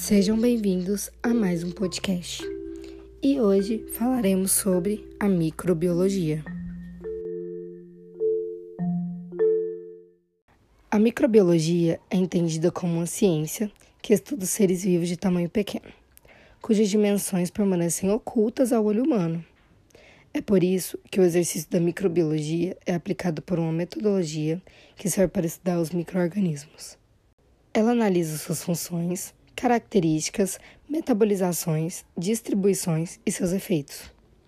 Sejam bem-vindos a mais um podcast. E hoje falaremos sobre a microbiologia. A microbiologia é entendida como uma ciência que estuda os seres vivos de tamanho pequeno, cujas dimensões permanecem ocultas ao olho humano. É por isso que o exercício da microbiologia é aplicado por uma metodologia que serve para estudar os micro-organismos. Ela analisa suas funções, características, metabolizações, distribuições e seus efeitos.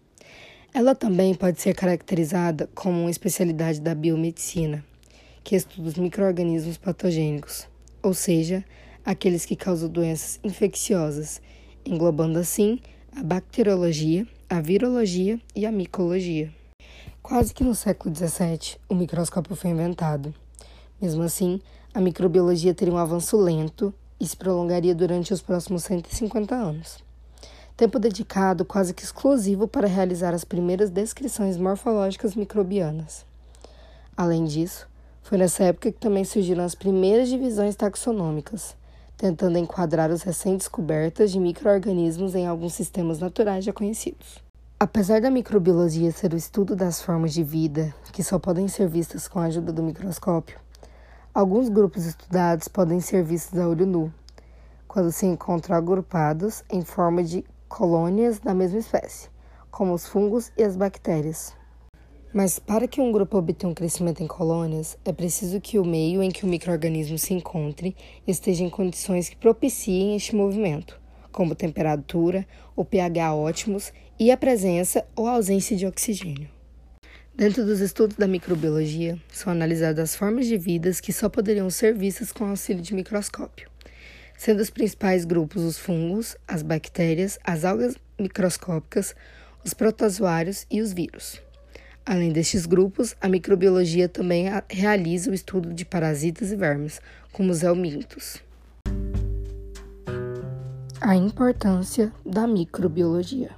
Ela também pode ser caracterizada como uma especialidade da biomedicina, que estuda os micro-organismos patogênicos, ou seja, aqueles que causam doenças infecciosas, englobando assim a bacteriologia, a virologia e a micologia. Quase que no século XVII, o microscópio foi inventado. Mesmo assim, a microbiologia teria um avanço lento e se prolongaria durante os próximos 150 anos. Tempo dedicado quase que exclusivo para realizar as primeiras descrições morfológicas microbianas. Além disso, foi nessa época que também surgiram as primeiras divisões taxonômicas, tentando enquadrar as recém-descobertas de micro-organismos em alguns sistemas naturais já conhecidos. Apesar da microbiologia ser o estudo das formas de vida que só podem ser vistas com a ajuda do microscópio, alguns grupos estudados podem ser vistos a olho nu, quando se encontram agrupados em forma de colônias da mesma espécie, como os fungos e as bactérias. Mas para que um grupo obtenha um crescimento em colônias, é preciso que o meio em que o micro-organismo se encontre esteja em condições que propiciem este movimento, como temperatura ou pH ótimos e a presença ou ausência de oxigênio. Dentro dos estudos da microbiologia, são analisadas as formas de vidas que só poderiam ser vistas com auxílio de microscópio, sendo os principais grupos os fungos, as bactérias, as algas microscópicas, os protozoários e os vírus. Além destes grupos, a microbiologia também realiza o estudo de parasitas e vermes, como os helmintos. A importância da microbiologia.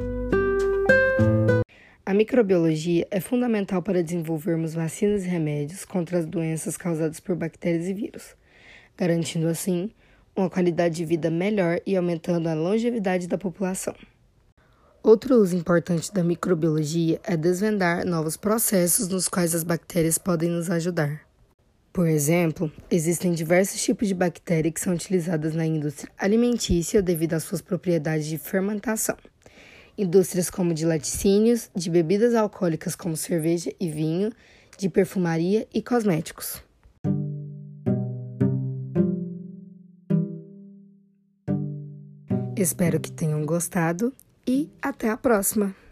A microbiologia é fundamental para desenvolvermos vacinas e remédios contra as doenças causadas por bactérias e vírus, garantindo assim uma qualidade de vida melhor e aumentando a longevidade da população. Outro uso importante da microbiologia é desvendar novos processos nos quais as bactérias podem nos ajudar. Por exemplo, existem diversos tipos de bactérias que são utilizadas na indústria alimentícia devido às suas propriedades de fermentação. Indústrias como de laticínios, de bebidas alcoólicas como cerveja e vinho, de perfumaria e cosméticos. Espero que tenham gostado e até a próxima!